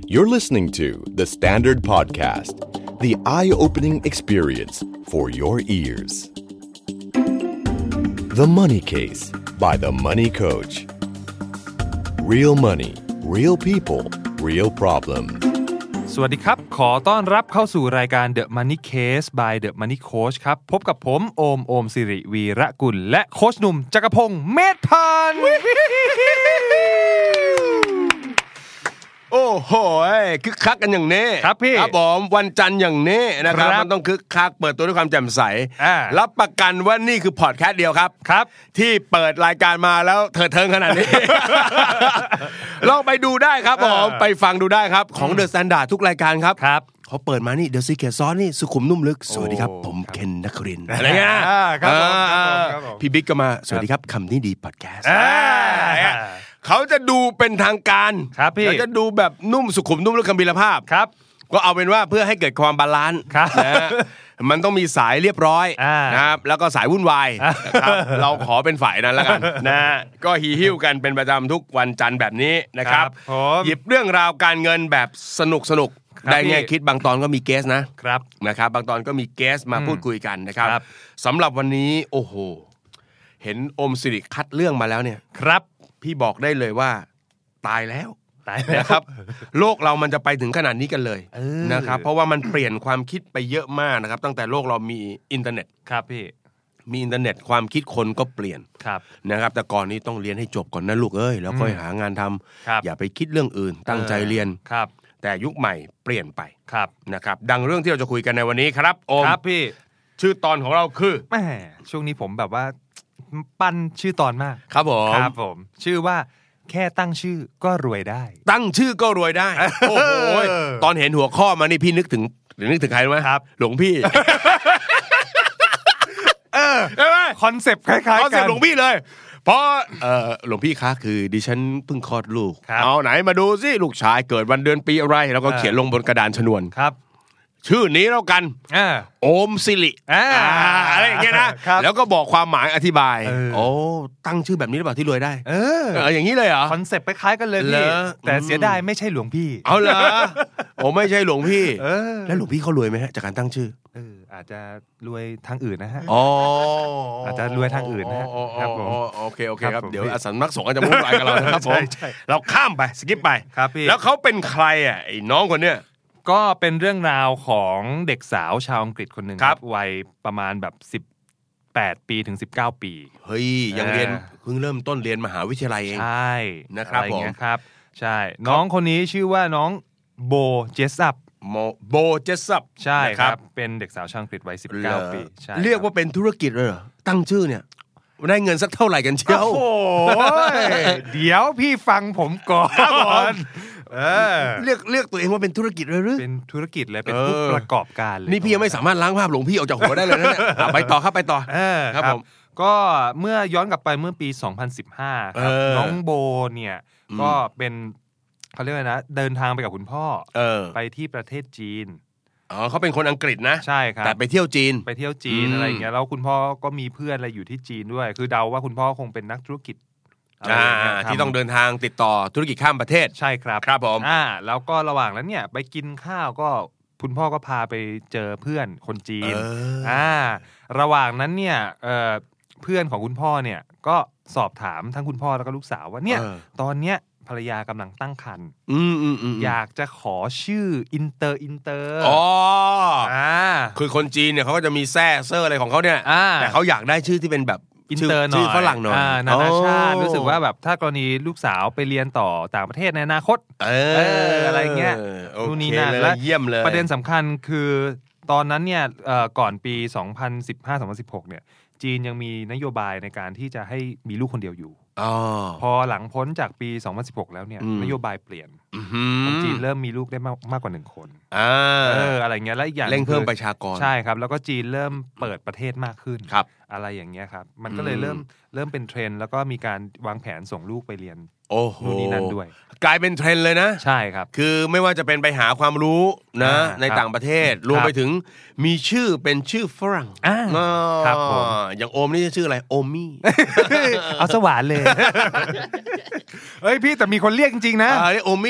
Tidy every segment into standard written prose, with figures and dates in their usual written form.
You're listening to The Standard Podcast, the eye-opening experience for your ears. The Money Case by The Money Coach. Real money, real people, real problem. สวัสดีครับขอต้อนรับเข้าสู่รายการ The Money Case by The Money Coach ครับพบกับผมโอมสิริวีระกุลและโค้ชหนุ่มจักรพงษ์เมธพันธ์โอ้โหคึกคักกันอย่างนี้ครับพี่ครับผมวันจันทร์อย่างนี้นะครับมันต้องคึกคักเปิดตัวด้วยความแจ่มใสรับประกันว่านี่คือพอดแคสต์เดียวครับที่เปิดรายการมาแล้วเถิดเทิงขนาดนี้ ลองไปดูได้ครับผมไปฟังดูได้ครับของ The Standard ทุกรายการครับเขาเปิดมานี่ The Secret Sauce นี่สุขุมนุ่มลึกสวัสดีครับผมเคนนครินทร์อะไรเงี้ยพี่บิ๊กก็มาสวัสดีครับคำนี้ดีพอดแคสต์เขาจะดูเป็นทางการเขาจะดูแบบนุ่มสุขุมนุ่มลึกคัมภีรภาพก็เอาเป็นว่าเพื่อให้เกิดความบาลานซ์นะมันต้องมีสายเรียบร้อยนะครับแล้วก็สายวุ่นวายนะครับเราขอเป็นฝ่ายนั้นแล้วกันนะก็ฮีฮิ้วกันเป็นประจำทุกวันจันทร์แบบนี้นะครับหยิบเรื่องราวการเงินแบบสนุกได้แง่คิดบางตอนก็มีเกสนะครับบางตอนก็มีเกสมาพูดคุยกันนะครับสำหรับวันนี้โอ้โหเห็นอมสิริคัดเรื่องมาแล้วเนี่ยครับพี่บอกได้เลยว่าตายแล้วนะครับโลกเรามันจะไปถึงขนาดนี้กันเลยนะครับเพราะว่ามันเปลี่ยนความคิดไปเยอะมากนะครับตั้งแต่โลกเรามีอินเทอร์เน็ตครับพี่มีอินเทอร์เน็ตความคิดคนก็เปลี่ยนนะครับแต่ก่อนนี้ต้องเรียนให้จบก่อนนะลูกเอ้ยแล้วค่อยหางานทำอย่าไปคิดเรื่องอื่นตั้งใจเรียนแต่ยุคใหม่เปลี่ยนไปนะครับดังเรื่องที่เราจะคุยกันในวันนี้ครับโอมครับพี่ชื่อตอนของเราคือแหมช่วงนี้ผมแบบว่าปั้นชื่อตอนมากครับผมชื่อว่าแค่ตั้งชื่อก็รวยได้ตั้งชื่อก็รวยได้โอ้โหตอนเห็นหัวข้อมานี่พี่นึกถึงใครรู้ไหมครับหลวงพี่ใช่ไหมคอนเซปต์คล้ายๆกันคอนเซปต์หลวงพี่เลยเพราะหลวงพี่คะคือดิฉันเพิ่งคลอดลูกเอาไหนมาดูสิลูกชายเกิดวันเดือนปีอะไรแล้วก็เขียนลงบนกระดานชนวนครับชื่อนี้แล้วกันโอมสิริอะไรอย่างเงี้ยนะแล้วก็บอกความหมายอธิบายโอ้ตั้งชื่อแบบนี้หรือเปล่าที่รวยได้อย่างนี้เลยเหรอคอนเซ็ปต์คล้ายๆกันเลยพี่แต่เสียดายไม่ใช่หลวงพี่เอาเหรอโอ้ไม่ใช่หลวงพี่แล้วหลวงพี่เขารวยไหมฮะจากการตั้งชื่ออาจจะรวยทางอื่นนะฮะอาจจะรวยทางอื่นนะครับผมโอเคครับเดี๋ยวอสันนักสงฆ์อาจจะมุ่งไปกับเรานะครับผมเราข้ามไปสกิปไปครับพี่แล้วเขาเป็นใครอ่ะไอ้น้องคนเนี้ยก็เป็นเรื่องราวของเด็กสาวชาวอังกฤษคนหนึ่งครับวัยประมาณแบบ18 ปีถึง19 ปีเฮ้ยยังเรียนเพิ่งเริ่มต้นเรียนมหาวิทยาลัยเองใช่นะครับผมครับใช่น้องคนนี้ชื่อว่าน้องโบเจสซับใช่ครับเป็นเด็กสาวชาวอังกฤษวัย19 ปีใช่เรียกว่าเป็นธุรกิจเลยเหรอตั้งชื่อเนี่ยได้เงินสักเท่าไหร่กันเชียวโอ้เดี๋ยวพี่ฟังผมก่อนเรียกตัวเองว่าเป็นธุรกิจเลยหรือเป็นธุรกิจเลยเป็นผู้ประกอบการเลยนี่พี่ยังไม่สามารถล้างภาพหลวงพี่ออกจากหัวได้เลยนะเนี่ยไปต่อครับผมก็เมื่อย้อนกลับไปเมื่อปี2015ครับน้องโบเนี่ยก็เป็นเขาเรียกว่านะเดินทางไปกับคุณพ่อไปที่ประเทศจีนเขาเป็นคนอังกฤษนะใช่ครับแต่ไปเที่ยวจีนอะไรอย่างเงี้ยแล้วคุณพ่อก็มีเพื่อนอะไรอยู่ที่จีนด้วยคือเดาว่าคุณพ่อคงเป็นนักธุรกิจที่ต้องเดินทางติดต่อธุรกิจข้ามประเทศใช่ครับครับผมแล้วก็ระหว่างนั้นเนี่ยไปกินข้าวก็คุณพ่อก็พาไปเจอเพื่อนคนจีนระหว่างนั้นเนี่ยเพื่อนของคุณพ่อเนี่ยก็สอบถามทั้งคุณพ่อแล้วก็ลูกสาวว่าเนี่ยตอนเนี้ยภรรยากำลังตั้งครรภ์อยากจะขอชื่ออินเตอร์คือคนจีนเนี่ยเขาก็จะมีแซ่เซอร์อะไรของเขาเนี่ยแต่เขาอยากได้ชื่อที่เป็นแบบอินเตอร์หน่อยชื่อฝรั่งหน่อยนานาชาติรู้สึกว่าแบบถ้ากรณีลูกสาวไปเรียนต่อต่างประเทศในอนาคตอะไรเงี้ยนู่นนี่นั่นและประเด็นสำคัญคือตอนนั้นเนี่ยก่อนปี2015-2016เนี่ยจีนยังมีนโยบายในการที่จะให้มีลูกคนเดียวอยู่พอหลังพ้นจากปี2016แล้วเนี่ยนโยบายเปลี่ยนคนจีนเริ่มมีลูกได้มากกว่า1คนอะไรเงี้ยและอีกอย่างเร่งเพิ่มประชากรใช่ครับแล้วก็จีนเริ่มเปิดประเทศมากขึ้นอะไรอย่างเงี้ยครับมันก็เลยเริ่มเป็นเทรนด์แล้วก็มีการวางแผนส่งลูกไปเรียนนู่นนี่นั่นด้วยกลายเป็นเทรนด์เลยนะใช่ครับคือไม่ว่าจะเป็นไปหาความรู้นะในต่างประเทศรวมไปถึงมีชื่อเป็นชื่อฝรั่งครับผมอย่างโอมนี่ชื่ออะไรโอมี่เอาสวรรค์เลยเฮ้ยพี่แต่มีคนเรียกจริงๆนะโอมี่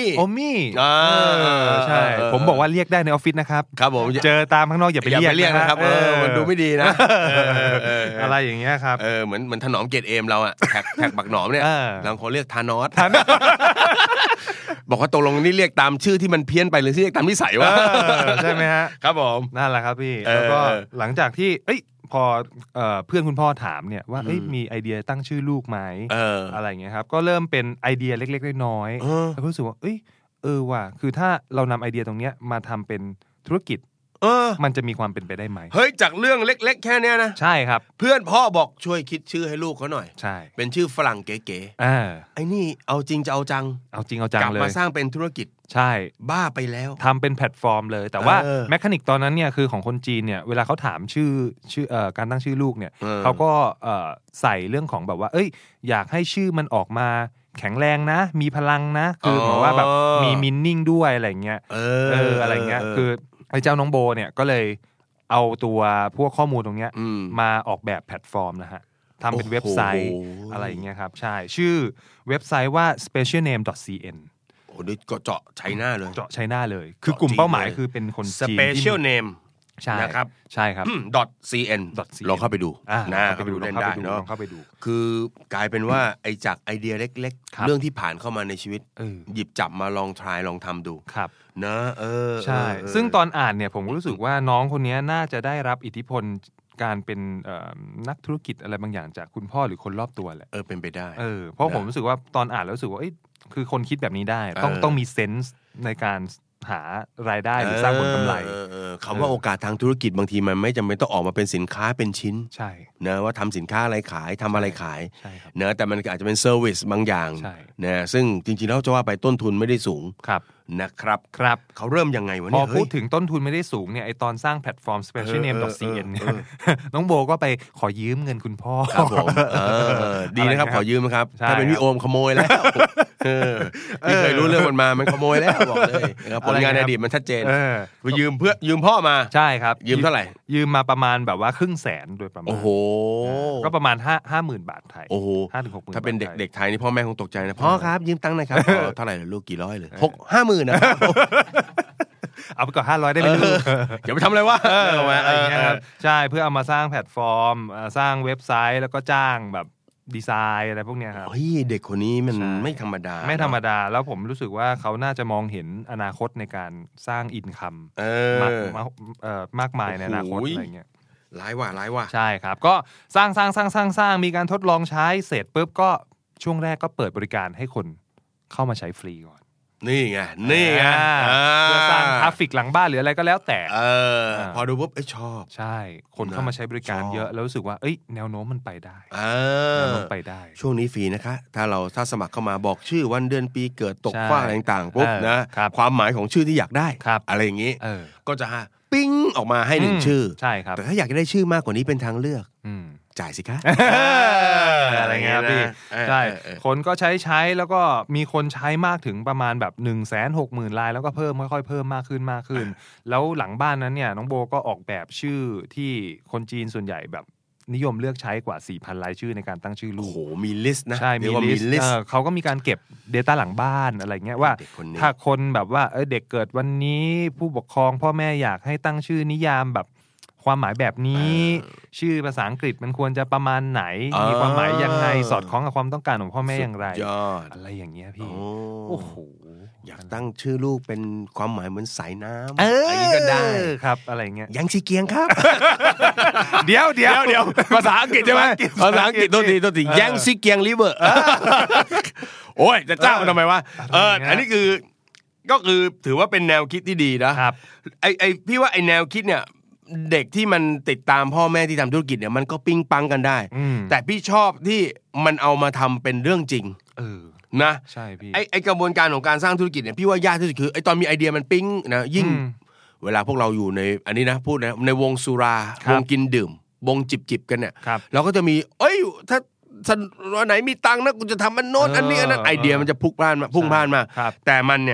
ใช่ผมบอกว่าเรียกได้ในออฟฟิศนะครับครับผมเจอตามข้างนอกอย่าไปเรียกนะครับมันดูไม่ดีนะอะไรอย่างเงี้ยครับเหมือนถนอมเกตเอมเราอะแท็กบักหนอมเนี่ยบางคนเรียกธานอสบอกว่าตกลงนี่เรียกตามชื่อที่มันเพี้ยนไปหรือเรียกตามนิสัยวะใช่ไหมฮะครับผมนั่นแหละครับพี่แล้วก็หลังจากที่พอเพื่อนคุณพ่อถามเนี่ยว่ามีไอเดียตั้งชื่อลูกไหมอะไรอย่างเงี้ยครับก็เริ่มเป็นไอเดียเล็กๆน้อยๆแล้วก็รู้สึกว่าว่ะคือถ้าเรานำไอเดียตรงเนี้ยมาทำเป็นธุรกิจมันจะมีความเป็นไปได้ไหมเฮ้ยจากเรื่องเล็กๆแค่นี้นะใช่ครับเพื่อนพ่อบอกช่วยคิดชื่อให้ลูกเขาหน่อยใช่เป็นชื่อฝรั่งเก๋ๆไอ้นี่เอาจริงจะเอาจังเลยกลับมาสร้างเป็นธุรกิจใช่บ้าไปแล้วทำเป็นแพลตฟอร์มเลยแต่ว่าแมคานิกตอนนั้นเนี่ยคือของคนจีนเนี่ยเวลาเขาถามชื่อการตั้งชื่อลูกเนี่ยเขาก็ใส่เรื่องของแบบว่าอยากให้ชื่อมันออกมาแข็งแรงนะมีพลังนะคือเหมือนว่าแบบมีมินนิ่งด้วยอะไรเงี้ยอะไรเงี้ยคือไอ้เจ้าน้องโบเนี่ยก็เลยเอาตัวพวกข้อมูลตรงเนี้ยมาออกแบบแพลตฟอร์มนะฮะทำเป็นเว็บไซต์อะไรอย่างเงี้ยครับใช่ชื่อเว็บไซต์ว่า specialname.cn โอ้โหเจาะไชน่าเลยเจาะไชน่าเลยคือกลุ่มเป้าหมายคือเป็นคนจีน special name ใช่นะครับใช่ครับ .cn ลองเข้าไปดูนะเข้าไปดูเล่นได้เนาะเข้าไปดูคือกลายเป็นว่าไอ้จากไอเดียเล็กๆเรื่องที่ผ่านเข้ามาในชีวิตหยิบจับมาลองทรายลองทำดูครับนะใช่ซึ่งตอนอ่านเนี่ยผมรู้สึกว่าน้องคนนี้น่าจะได้รับอิทธิพลการเป็นนักธุรกิจอะไรบางอย่างจากคุณพ่อหรือคนรอบตัวแหละเป็นไปได้เพราะผมรู้สึกว่าตอนอ่านแล้วรู้สึกว่าคือคนคิดแบบนี้ได้ต้องมีเซนส์ในการหารายได้หรือสร้างผลกำไรคำว่าโอกาสทางธุรกิจบางทีมันไม่จำเป็นต้องออกมาเป็นสินค้าเป็นชิ้นใช่นะว่าทำสินค้าอะไรขายทำอะไรขายเนะแต่มันอาจจะเป็นเซอร์วิสบางอย่างนะซึ่งจริงๆแล้วจะว่าไปต้นทุนไม่ได้สูงนะครับเขาเริ่มยังไงวะเนี่ยพอพูดถึงต้นทุนไม่ได้สูงเนี่ยไอตอนสร้างแพลตฟอร์ม specialname.cn น้องโบก็ไปขอยืมเงินคุณพ่อครับผมดีนะครับขอยืมนะครับถ้าเป็นพี่โอมขโมยแล้วพี่เคยรู้เรื่องมันมามันขโมยแล้วบอกเลยนะครับผลงานในอดีตมันชัดเจนไปยืมพ่อมาใช่ครับยืมเท่าไหร่ยืมมาประมาณแบบว่า500,000โดยประมาณโอ้โหก็ประมาณ50,000 บาทไทยโอ้โห 5-60,000 ถ้าเป็นเด็กไทยนี่พ่อแม่คงตกใจนะพ่อครับยืมตังค์หน่อยครับเท่าไหร่ลูกกี่ร้อยเลย50,000นะเอาไปก่อน500ได้ไหมลูกอย่าไปทำอะไรวะอะไรอย่างเงี้ยครับใช่เพื่อเอามาสร้างแพลตฟอร์มสร้างเว็บไซต์แล้วก็จ้างแบบดีไซน์อะไรพวกเนี้ยครับเฮ้ยเด็กคนนี้มันไม่ธรรมดาแล้วผมรู้สึกว่าเขาน่าจะมองเห็นอนาคตในการสร้างอินคัมมากมายในอนาคตอะไรเงี้ยร้ายว่ะใช่ครับก็สร้างมีการทดลองใช้เสร็จปุ๊บก็ช่วงแรกก็เปิดบริการให้คนเข้ามาใช้ฟรีก่อนนี่ไงเพื่อสร้างทราฟฟิกหลังบ้านหรืออะไรก็แล้วแต่พอดูปุ๊บชอบใช่คนเข้ามาใช้บริการเยอะแล้วรู้สึกว่าแนวโน้มมันไปได้แนวโน้มไปได้ช่วงนี้ฟรีนะคะถ้าสมัครเข้ามาบอกชื่อวันเดือนปีเกิดตกฟ้าอะไรต่างๆปุ๊บนะความหมายของชื่อที่อยากได้อะไรอย่างนี้ก็จะปิ้งออกมาให้1ชื่อใช่ครับแต่ถ้าอยากได้ชื่อมากกว่านี้เป็นทางเลือกจ่ายสิคะอะไรเงี้ยพี่ใช่คนก็ใช้แล้วก็มีคนใช้มากถึงประมาณแบบ 160,000 รายแล้วก็ค่อยๆเพิ่มมากขึ้นแล้วหลังบ้านนั้นเนี่ยน้องโบก็ออกแบบชื่อที่คนจีนส่วนใหญ่แบบนิยมเลือกใช้กว่า 4,000 รายชื่อในการตั้งชื่อลูกโอ้โหมีลิสต์นะใช่มีลิสต์เขาก็มีการเก็บ data หลังบ้านอะไรเงี้ยว่าถ้าคนแบบว่าเด็กเกิดวันนี้ผู้ปกครองพ่อแม่อยากให้ตั้งชื่อนิยามแบบความหมายแบบนี้ชื่อภาษาอังกฤษมันควรจะประมาณไหนมีความหมายยังไงสอดคล้องกับความต้องการของพ่อแม่อย่างไรอะไรอย่างเงี้ยพี่โอ้โหอยากตั้งชื่อลูกเป็นความหมายเหมือนสายน้ำอะไรก็ได้ครับอะไรเงี้ยยังซีเกียงครับเดี๋ยวภาษาอังกฤษใช่ไหมภาษาอังกฤษตัวทียังซีเกียงริเวอร์โอ้ยจะจ้างมันทำไมวะอันนี้ก็คือถือว่าเป็นแนวคิดที่ดีนะครับไอพี่ว่าไอแนวคิดเนี่ยเด็กที่มันติดตามพ่อแม่ที่ทำธุรกิจเนี่ยมันก็ปิ้งปังกันได้แต่พี่ชอบที่มันเอามาทำเป็นเรื่องจริงนะใช่พี่ไอกระบวนการของการสร้างธุรกิจเนี่ยพี่ว่ายากที่สุดคือไอตอนมีไอเดียมันปิ้งนะยิ่งเวลาพวกเราอยู่ในอันนี้นะพูดนะในวงสุราวงกินดื่มวงจิบกันเนี่ยเราก็จะมีถ้าวันไหนมีตังค์นะกูจะทำมันโน้นอันนี้อันนั้นไอเดียมันจะพุ่งพล่านมาแต่มันเนี่ย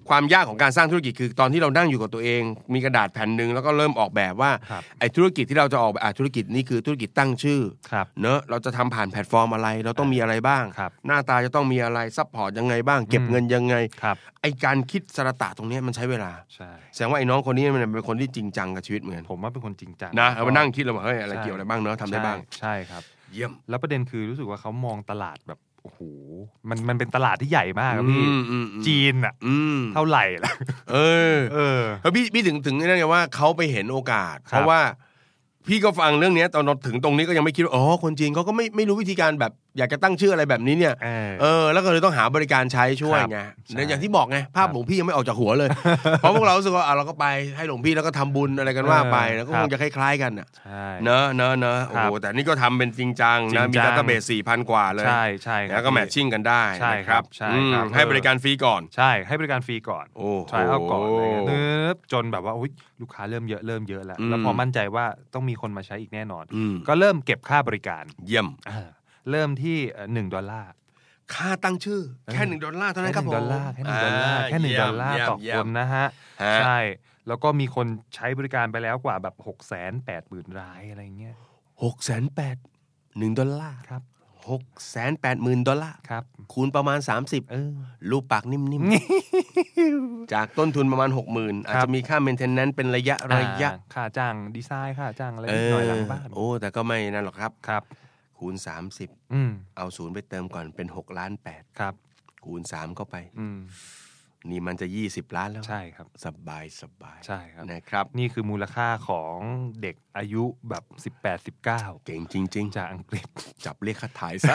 ความยากของการสร้างธุรกิจคือตอนที่เรานั่งอยู่กับตัวเองมีกระดาษแผ่นนึงแล้วก็เริ่มออกแบบว่าไอ้ธุรกิจที่เราจะออกแบบธุรกิจนี้คือธุรกิจตั้งชื่อเนอะเราจะทำผ่านแพลตฟอร์มอะไรเราต้องมีอะไรบ้างหน้าตาจะต้องมีอะไรซัพพอร์ตยังไงบ้างเก็บเงินยังไงไอ้การคิดสรตะตรงนี้มันใช้เวลาแสดงว่าไอ้น้องคนนี้มันเป็นคนที่จริงจังกับชีวิตเหมือนผมว่าเป็นคนจริงจังนะเรามานั่งคิดแล้วว่าเฮ้ยอะไรเกี่ยวอะไรบ้างเนอะทำได้บ้างใช่ครับเยี่ยมแล้วประเด็นคือรู้สึกว่าเขามองตลาดแบบโอ้โหมันเป็นตลาดที่ใหญ่มากครับพี่จีนอ่ะเท่าไหร่ล่ะแล้วพี่ถึงนั่นไงว่าเขาไปเห็นโอกาสเพราะว่าพี่ก็ฟังเรื่องนี้ตอนถึงตรงนี้ก็ยังไม่คิดว่าคนจีนเขาก็ไม่รู้วิธีการแบบอยากจะตั้งชื่ออะไรแบบนี้เนี่ยแล้วก็เลยต้องหาบริการใช้ช่วยไงอย่างที่บอกไงภาพหลวงพี่ยังไม่ออกจากหัวเลยเพราะพวกเรารู้สึกว่าเราก็ไปให้หลวงพี่แล้วก็ทำบุญอะไรกันว่าไปแล้วก็คงจะคล้ายๆกันน่ะเนอะโอ้แต่นี่ก็ทำเป็นจริงจังนะมีดัตต้าเบส 4,000 กว่าเลยใช่แล้วก็แมทชิ่งกันได้นะครับให้บริการฟรีก่อนใช่ให้บริการฟรีก่อนใช้เอาก่อนจนแบบว่าลูกค้าเริ่มเยอะแล้วพอมั่นใจว่าต้องมีคนมาใช้อีกแน่นอนก็เริ่มเก็บค่าบริการเยี่ยมเริ่มที่$1 ค่าตั้งชื่อแค่$1เท่านั้นครับผมแค่$1ต่อคนนะฮะใช่แล้วก็มีคนใช้บริการไปแล้วกว่าแบบ 680,000 รายอะไรเงี้ย 680,000 $1ครับ$680,000 ครับคูณประมาณ30รูปปากนิ่มๆจากต้นทุนประมาณ 60,000 อาจจะมีค่า maintenance เป็นระยะค่าจ้างดีไซน์ค่าจ้างอะไรนิดหน่อยหลังบ้านแต่ก็ไม่นั่นหรอกครับคูณ 30 เอา0ไปเติมก่อนเป็น6,800,000 ครับคูณ3เข้าไปนี่มันจะ20 ล้านแล้วใช่ครับสบายใช่ครับนะครับนี่คือมูลค่าของเด็กอายุแบบ18-19เก่งจริงๆจากอังกฤษจับเลขถ่ายซะ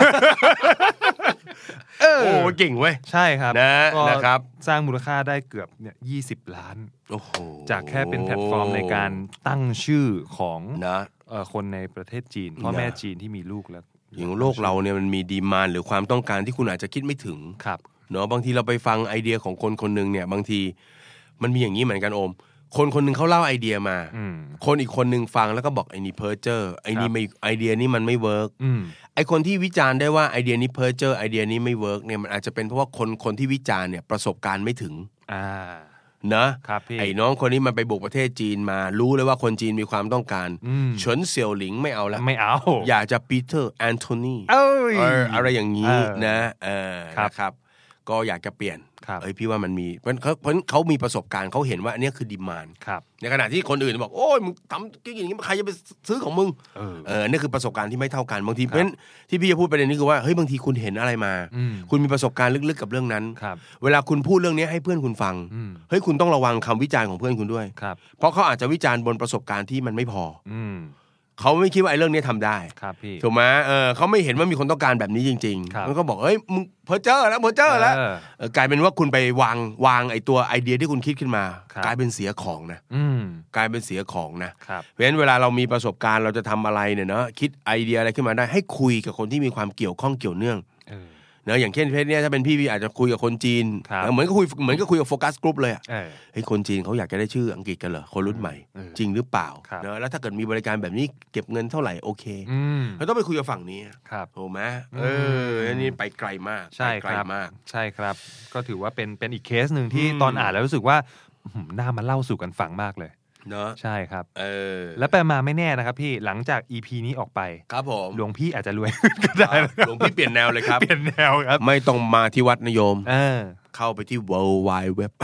เก่งเว้ยใช่ครับนะครับสร้างมูลค่าได้เกือบเนี่ย20 ล้านโอ้โหจากแค่เป็นแพลตฟอร์มในการตั้งชื่อของคนในประเทศจีนพ่อแม่จีนที่มีลูกแล้วอย่างโลกเราเนี่ยมันมีดีมานด์หรือความต้องการที่คุณอาจจะคิดไม่ถึงเนาะบางทีเราไปฟังไอเดียของคนนึงเนี่ยบางทีมันมีอย่างนี้เหมือนกันโอมคนนึงเขาเล่าไอเดียมาคนอีกคนนึงฟังแล้วก็บอกไอ้นี่เพ้อเจ้อไอ้นี่ไม่ไอเดียนี้มันไม่เวิร์กไอคนที่วิจารณ์ได้ว่าไอเดียนี้เพ้อเจ้อไอเดียนี้ไม่เวิร์กเนี่ยมันอาจจะเป็นเพราะว่าคนที่วิจารณ์เนี่ยประสบการณ์ไม่ถึงนะไอ้น้องคนนี้มันไปบุกประเทศจีนมารู้เลยว่าคนจีนมีความต้องการเฉินเสี่ยวหลิงไม่เอาแล้วไม่เอาอยากจะปีเตอร์แอนโทนีอะไรอย่างนี้นะครับก็อยากจะเปลี่ยนพี่ว่ามันมีเพราะเขามีประสบการณ์เขาเห็นว่าอันนี้คือดีมานด์ในขณะที่คนอื่นบอกโอ้ยมึงทำอย่างนี้ใครจะไปซื้อของมึงนี่คือประสบการณ์ที่ไม่เท่ากันบางทีเพราะฉะนั้นที่พี่จะพูดประเด็นนี้คือว่าเฮ้ยบางทีคุณเห็นอะไรมาคุณมีประสบการณ์ลึกๆกับเรื่องนั้นเวลาคุณพูดเรื่องนี้ให้เพื่อนคุณฟังเฮ้ยคุณต้องระวังคำวิจารณ์ของเพื่อนคุณด้วยเพราะเขาอาจจะวิจารณ์บนประสบการณ์ที่มันไม่พอเขาไม่คิดว่าไอ้เรื่องนี้ทำได้ถูกไหมเขาไม่เห็นว่ามีคนต้องการแบบนี้จริงๆมันก็บอกเฮ้ยมึงเพ้อเจ้อแล้วกลายเป็นว่าคุณไปวางไอ้ตัวไอเดียที่คุณคิดขึ้นมากลายเป็นเสียของนะกลายเป็นเสียของนะเพราะฉะนั้นเวลาเรามีประสบการณ์เราจะทำอะไรเนี่ยเนาะคิดไอเดียอะไรขึ้นมาได้ให้คุยกับคนที่มีความเกี่ยวข้องเกี่ยวเนื่องเนอะอย่างเช่นเพจเนี่ยถ้าเป็นพี่อาจจะคุยกับคนจีนเหมือนก็คุยกับโฟกัสกรุ๊ปเลยเฮ้ยคนจีนเขาอยากจะได้ชื่ออังกฤษกันเหรอคนรุ่นใหม่จริงหรือเปล่าเนอะแล้วถ้าเกิดมีบริการแบบนี้เก็บเงินเท่าไหร่โอเคเราต้องไปคุยกับฝั่งนี้ถูกไหมอันนี้ไปไกลมากใช่ครับใช่ครับก็ถือว่าเป็นอีกเคสหนึ่งที่ตอนอ่านแล้วรู้สึกว่าน่ามาเล่าสู่กันฟังมากเลยเนาะใช่ครับแล้วไปมาไม่แน่นะครับพี่หลังจาก EP นี้ออกไปครับผมหลวงพี่อาจจะรวยก็ได้หลวงพี่เปลี่ยนแนวเลยครับเปลี่ยนแนวครับไม่ต้องมาที่วัดนิยมเข้าไปที่ World Wide Web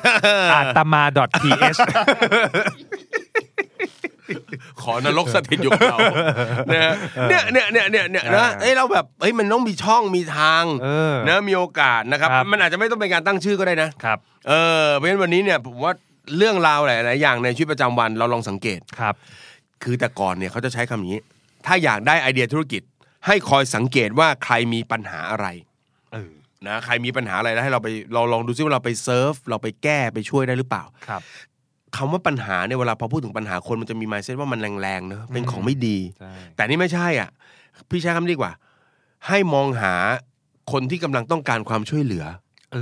atama.th ขอนรกสถิตอยู่กับเราเนี่ยนะเราแบบมันต้องมีช่องมีทางนะมีโอกาสนะครับมันอาจจะไม่ต้องเป็นการตั้งชื่อก็ได้นะครับเพราะฉะนั้นวันนี้เนี่ยผมว่าเรื่องราวหลายๆอย่างในชีวิตประจำวันเราลองสังเกตคือแต่ก่อนเนี่ยเขาจะใช้คำนี้ถ้าอยากได้ไอเดียธุรกิจให้คอยสังเกตว่าใครมีปัญหาอะไรนะใครมีปัญหาอะไรแล้วให้เราลองดูซิว่าเราไปเซิร์ฟเราไปแก้ไปช่วยได้หรือเปล่าคำว่าปัญหาเนี่ยเวลาพอพูดถึงปัญหาคนมันจะมี mindset ว่ามันแรงๆเนอะเป็นของไม่ดีแต่นี่ไม่ใช่อ่ะพี่ใช้คำนี้ดีกว่าให้มองหาคนที่กำลังต้องการความช่วยเหลือ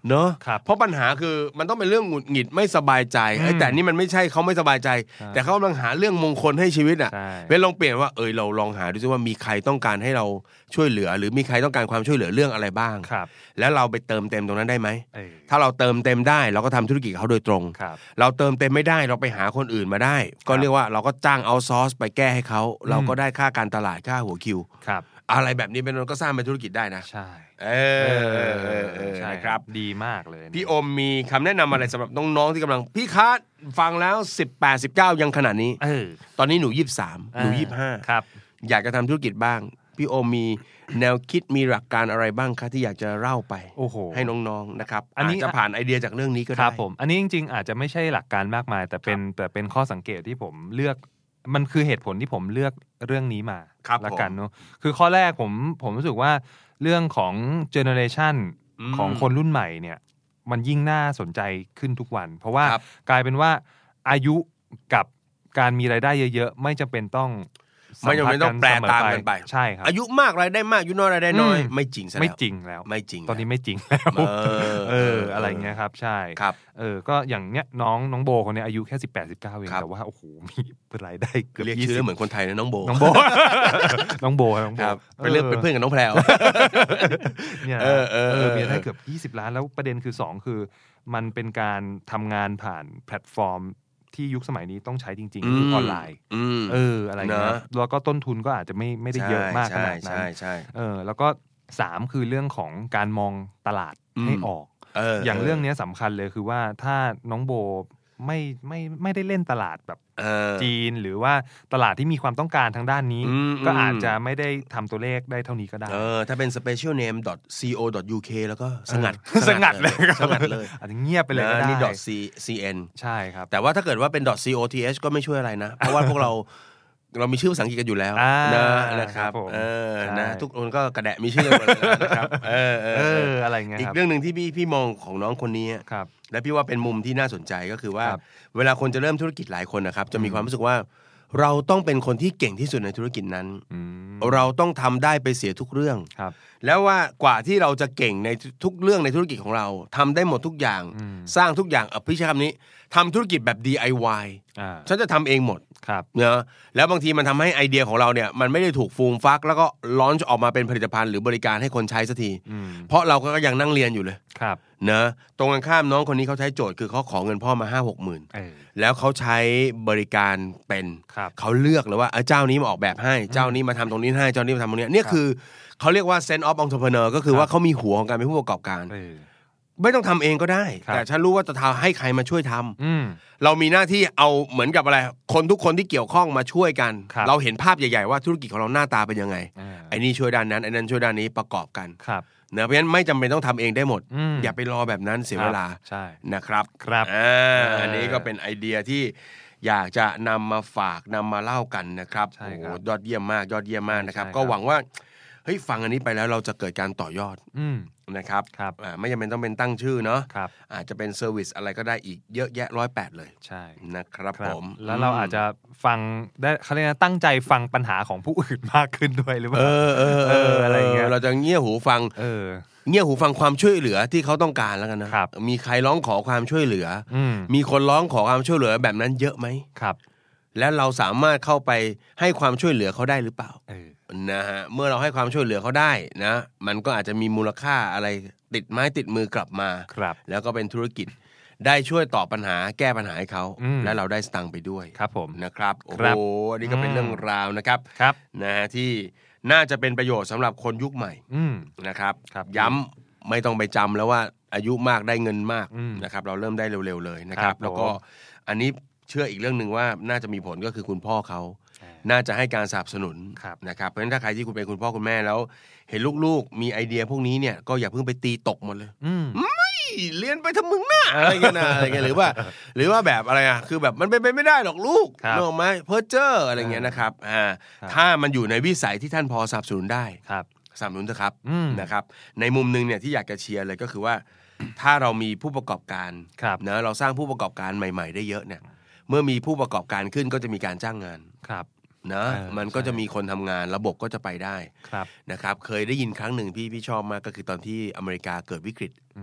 เนอะเพราะปัญหาคือมันต้องเป็นเรื่องหงุดหงิดไม่สบายใจแต่นี่มันไม่ใช่เขาไม่สบายใจแต่เขากำลังหาเรื่องมงคลให้ชีวิตอ่ะเป็นลองเปลี่ยนว่าเราลองหาดูซิว่ามีใครต้องการให้เราช่วยเหลือหรือมีใครต้องการความช่วยเหลือเรื่องอะไรบ้างแล้วเราไปเติมเต็มตรงนั้นได้ไหมถ้าเราเติมเต็มได้เราก็ทำธุรกิจเขาโดยตรงเราเติมเต็มไม่ได้เราไปหาคนอื่นมาได้ก็เรียกว่าเราก็จ้างเอาซอร์สไปแก้ให้เขาเราก็ได้ค่าการตลาดค่าหัวคิวอะไรแบบนี้เป็นก็สร้างเป็นธุรกิจได้นะใช่ใช่ครับดีมากเลยพี่อมมีคำแนะนำอะไรสำหรับน้องๆที่กำลังพี่คัทฟังแล้ว18-19ยังขนาดนี้ตอนนี้หนู23หนู25 ครับอยากจะทำธุรกิจบ้างพี่อมมีแนวคิดมีหลักการอะไรบ้างคะที่อยากจะเล่าไปให้น้องๆนะครับอันนี้จะผ่านไอเดียจากเรื่องนี้ก็ได้ครับผมอันนี้จริงๆอาจจะไม่ใช่หลักการมากมายแต่เป็นข้อสังเกตที่ผมเลือกมันคือเหตุผลที่ผมเลือกเรื่องนี้มาละกันเนาะคือข้อแรกผมรู้สึกว่าเรื่องของเจเนอเรชันของคนรุ่นใหม่เนี่ยมันยิ่งน่าสนใจขึ้นทุกวันเพราะว่ากลายเป็นว่าอายุกับการมีรายได้เยอะๆไม่จำเป็นต้องไม่จำเป็นต้องแปลตามกันไปใช่ครับอายุมากรายได้มากอายุน้อยรายได้น้อยไม่จริงซะแล้วไม่จริงแล้วไม่จริงตอนนี้ไม่จริงแล้วอะไรเงี้ยครับใช่ครับก็อย่างเนี้ยน้องโบคนนี้อายุแค่18-19เองแต่ว่าโอ้โหมีรายได้เกือบเรียกชื่อเหมือนคนไทยนะน้องโบน้องโบเป็นเพื่อนกับน้องแพรวเนี่ยมีรายได้เกือบ20 ล้านแล้วประเด็นคือ2คือมันเป็นการทำงานผ่านแพลตฟอร์มที่ยุคสมัยนี้ต้องใช้จริงๆคือออนไลน์อะไรเงี้ยแล้วก็ต้นทุนก็อาจจะไม่ได้เยอะมากขนาดนั้นแล้วก็3คือเรื่องของการมองตลาดให้ออกอย่างเรื่องนี้สำคัญเลยคือว่าถ้าน้องโบไม่ได้เล่นตลาดแบบจีนหรือว่าตลาดที่มีความต้องการทางด้านนี้ก็อาจจะไม่ได้ทำตัวเลขได้เท่านี้ก็ได้ถ้าเป็น specialname.co.uk แล้วก็สงัดเลยอาจจะเงียบไปเลยก็ได้นี่ .cn ใช่ครับแต่ว่าถ้าเกิดว่าเป็น .coth ก็ไม่ช่วยอะไรนะเพราะว่าพวกเรามีชื่อภาษาอังกฤษกันอยู่แล้วนะครับนะทุกคนก็กระแดะมีชื่อกันหมดนะครับอะไรเงี้ยอีกเรื่องนึงที่พี่มองของน้องคนนี้และพี่ว่าเป็นมุมที่น่าสนใจก็คือว่าเวลาคนจะเริ่มธุรกิจหลายคนนะครับจะมีความรู้สึกว่าเราต้องเป็นคนที่เก่งที่สุดในธุรกิจนั้นเราต้องทำได้ไปเสียทุกเรื่องแล้วว่ากว่าที่เราจะเก่งในทุกเรื่องในธุรกิจของเราทำได้หมดทุกอย่างสร้างทุกอย่างพี่ใช้คำนี้ทำธุรกิจแบบ DIY ฉันจะทำเองหมดเนอะแล้วบางทีมันทำให้ไอเดียของเราเนี่ยมันไม่ได้ถูกฟูมฟักแล้วก็ลอนช์ออกมาเป็นผลิตภัณฑ์หรือบริการให้คนใช้สักทีเพราะเราก็ยังนั่งเรียนอยู่เลยเนอะตรงกันข้ามน้องคนนี้เขาใช้โจทย์คือเขาขอเงินพ่อมา 5-6 หมื่นแล้วเขาใช้บริการเป็นเขาเลือกเลยว่าเจ้านี้มาออกแบบให้เจ้านี้มาทำตรงนี้ให้เจ้านี้มาทำตรงนี้เนี่ยคือเขาเรียกว่า sense of entrepreneur ก็คือว่าเขามีหัวของการเป็นผู้ประกอบการไม่ต้องทำเองก็ได้แต่ฉันรู้ว่าจะทำให้ใครมาช่วยทำเรามีหน้าที่เอาเหมือนกับอะไรคนทุกคนที่เกี่ยวข้องมาช่วยกันเราเห็นภาพใหญ่ๆว่าธุรกิจของเราหน้าตาเป็นยังไงไอ้นี่ช่วยด้านนั้นไอ้นั้นช่วยด้านนี้ประกอบกันเนอะเพราะฉะนั้นไม่จำเป็นต้องทำเองได้หมดอย่าไปรอแบบนั้นเสียเวลานะครับอันนี้ก็เป็นไอเดียที่อยากจะนำมาฝากนำมาเล่ากันนะครับโอ้โหยอดเยี่ยมมากนะครับก็หวังว่าเฮ้ยฟังอันนี้ไปแล้วเราจะเกิดการต่อยอดนะครับไม่จำเป็นต้องเป็นตั้งชื่อเนาะอาจจะเป็นเซอร์วิสอะไรก็ได้อีกเยอะแยะ108เลยใช่นะครับผมแล้วเราอาจจะฟังได้เขาเรียกตั้งใจฟังปัญหาของผู้อื่นมากขึ้นด้วยหรือเปล่าอะไรเงี้ยเราจะเงี่ยหูฟังเงี่ยหูฟังความช่วยเหลือที่เขาต้องการแล้วกันนะมีใครร้องขอความช่วยเหลือมีคนร้องขอความช่วยเหลือแบบนั้นเยอะไหมและเราสามารถเข้าไปให้ความช่วยเหลือเขาได้หรือเปล่านะฮะเมื่อเราให้ความช่วยเหลือเขาได้นะมันก็อาจจะมีมูลค่าอะไรติดไม้ติดมือกลับมาแล้วก็เป็นธุรกิจได้ช่วยตอบปัญหาแก้ปัญหาให้เขาและเราได้สตังค์ไปด้วยครับผมนะครับโอ้โหอันนี้ก็เป็นเรื่องราวนะครับนะฮะที่น่าจะเป็นประโยชน์สำหรับคนยุคใหม่นะครับย้ำไม่ต้องไปจำแล้วว่าอายุมากได้เงินมากนะครับเราเริ่มได้เร็วๆเลยนะครับแล้วก็อันนี้เชื่ออีกเรื่องนึงว่าน่าจะมีผลก็คือคุณพ่อเขาน่าจะให้การสนับสนุนนะครับเพราะฉะนั้นถ้าใครที่คุณเป็นคุณพ่อคุณแม่แล้วเห็นลูกๆมีไอเดียพวกนี้เนี่ยก็อย่าเพิ่งไปตีตกหมดเลยไม่เรียนไปทำมึงหน้าอะไรเงี้ยนะอะไรเงี้ยหรือว่าแบบอะไรอ่ะคือแบบมันเป็นไปไม่ได้หรอกลูกนึกออกไหมเพ้อเจ้ออะไรเงี้ยนะครับถ้ามันอยู่ในวิสัยที่ท่านพอสนับสนุนได้สนับสนุนเถอะครับนะครับในมุมนึงเนี่ยที่อยากจะเชียร์เลยก็คือว่าถ้าเรามีผู้ประกอบการนะเราสร้างผู้ประกอบการใหม่ๆได้เยอะเนี่ยเมื่อมีผู้ประกอบการขึ้นก็จะมีการจ้างงานนะมันก็จะมีคนทำงานระบบก็จะไปได้นะครับเคยได้ยินครั้งหนึ่งพี่ชอบมากก็คือตอนที่อเมริกาเกิดวิกฤต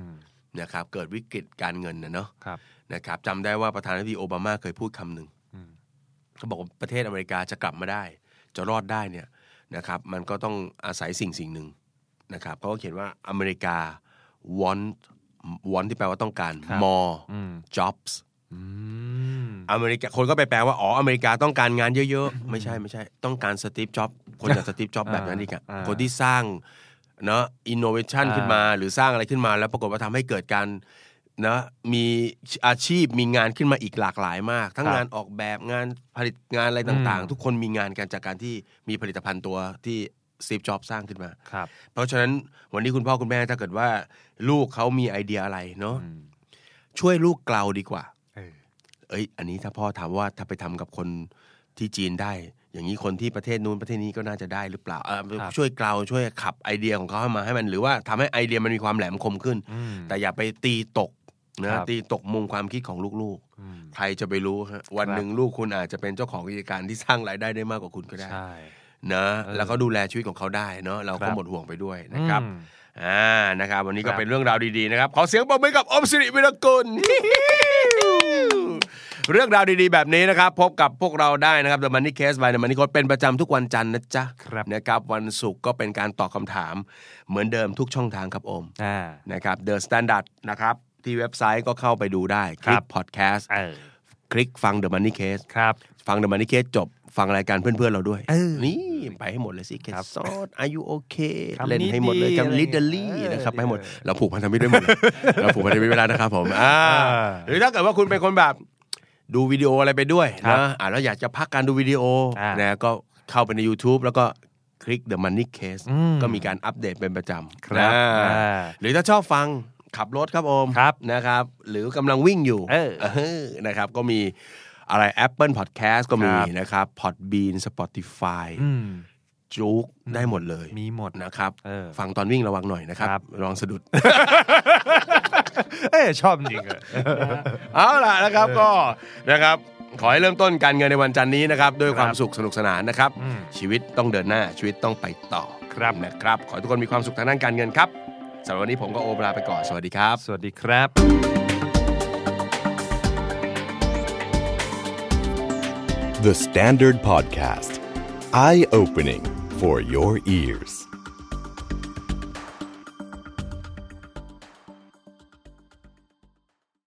นะครับเกิดวิกฤตการเงินเนาะนะครับจำได้ว่าประธานาธิบดีโอบามาเคยพูดคำหนึ่งเขาบอกว่าประเทศอเมริกาจะกลับมาได้จะรอดได้เนี่ยนะครับมันก็ต้องอาศัยสิ่งหนึ่งนะครับเขาก็เขียนว่าอเมริกา want ที่แปลว่าต้องการ more jobs อเมริกาคนก็ไปแปลว่าอ๋ออเมริกาต้องการงานเยอะๆไม่ใช่ต้องการสตีฟจ็อบคนอย่างสตีฟจ็อบแบบนั้นอีกคนที่สร้างเนาะอินโนเวชันขึ้นมาหรือสร้างอะไรขึ้นมาแล้วปรากฏว่าทำให้เกิดการนะมีอาชีพมีงานขึ้นมาอีกหลากหลายมากทั้งงานออกแบบงานผลิตงานอะไรต่างๆทุกคนมีงานกันจากการที่มีผลิตภัณฑ์ตัวที่สตีฟจ็อบสร้างขึ้นมาเพราะฉะนั้นวันนี้คุณพ่อคุณแม่ถ้าเกิดว่าลูกเขามีไอเดียอะไรเนาะช่วยลูกเกลาดีกว่าอันนี้ถ้าพ่อถามว่าถ้าไปทำกับคนที่จีนได้อย่างนี้คนที่ประเทศนู้นประเทศนี้ก็น่าจะได้หรือเปล่าช่วยเกลาช่วยขับไอเดียของเขาให้มันหรือว่าทำให้ไอเดียมันมีความแหลมคมขึ้นแต่อย่าไปตีตกนะตีตกมุมความคิดของลูกๆใครจะไปรู้ฮะวันหนึ่งลูกคุณอาจจะเป็นเจ้าของกิจการที่สร้างรายได้ได้มากกว่าคุณก็ได้นะแล้วก็ดูแลชีวิตของเขาได้เนาะเราก็หมดห่วงไปด้วยนะครับนะครับวันนี้ก็เป็นเรื่องราวดีๆนะครับขอเสียงปรบมือกับอมสิริวิรกุล เรื่องราวดีๆแบบนี้นะครับพบกับพวกเราได้นะครับ The Money Case by The Money Coach เป็นประจำทุกวันจันทร์นะจ๊ะนะครับวันศุกร์ก็เป็นการตอบคำถามเหมือนเดิมทุกช่องทางครับอมนะครับ The Standard นะครับที่เว็บไซต์ก็เข้าไปดูได้คลิกพอดแคสต์คลิกฟัง The Money Case ฟัง The Money Case จบฟังรายการเพื่อนๆเราด้วยนี่ไปให้หมดเลยสิเคสซอด Are you okay เล่นให้หมดเลยกับ Literally นะครับไปให้หมดเราผูกพันธมิตรด้วยหมดเราผูกพันธมิตรเวลานะครับผมหรือถ้าเกิดว่าคุณเป็นคนแบบดูวิดีโออะไรไปด้วยนะแล้วอยากจะพักการดูวิดีโอนะก็เข้าไปใน YouTube แล้วก็คลิก The Money Case ก็มีการอัปเดตเป็นประจำนะหรือถ้าชอบฟังขับรถครับโอมนะครับหรือกำลังวิ่งอยู่นะครับก็มีอะไร Apple Podcast ก็มีนะครับ Podbean Spotify จุกได้หมดเลยมีหมดนะครับฟังตอนวิ่งระวังหน่อยนะครับลองสะดุดชอบจริงเอาล่ะนะครับก็นะครับขอให้เริ่มต้นการเงินในวันจันทร์นี้นะครับด้วยความสุขสนุกสนานนะครับชีวิตต้องเดินหน้าชีวิตต้องไปต่อครับนะครับขอให้ทุกคนมีความสุขทางด้านการเงินครับสำหรับวันนี้ผมก็โอมลาไปก่อนสวัสดีครับสวัสดีครับ The Standard Podcast Eye Opening for your ears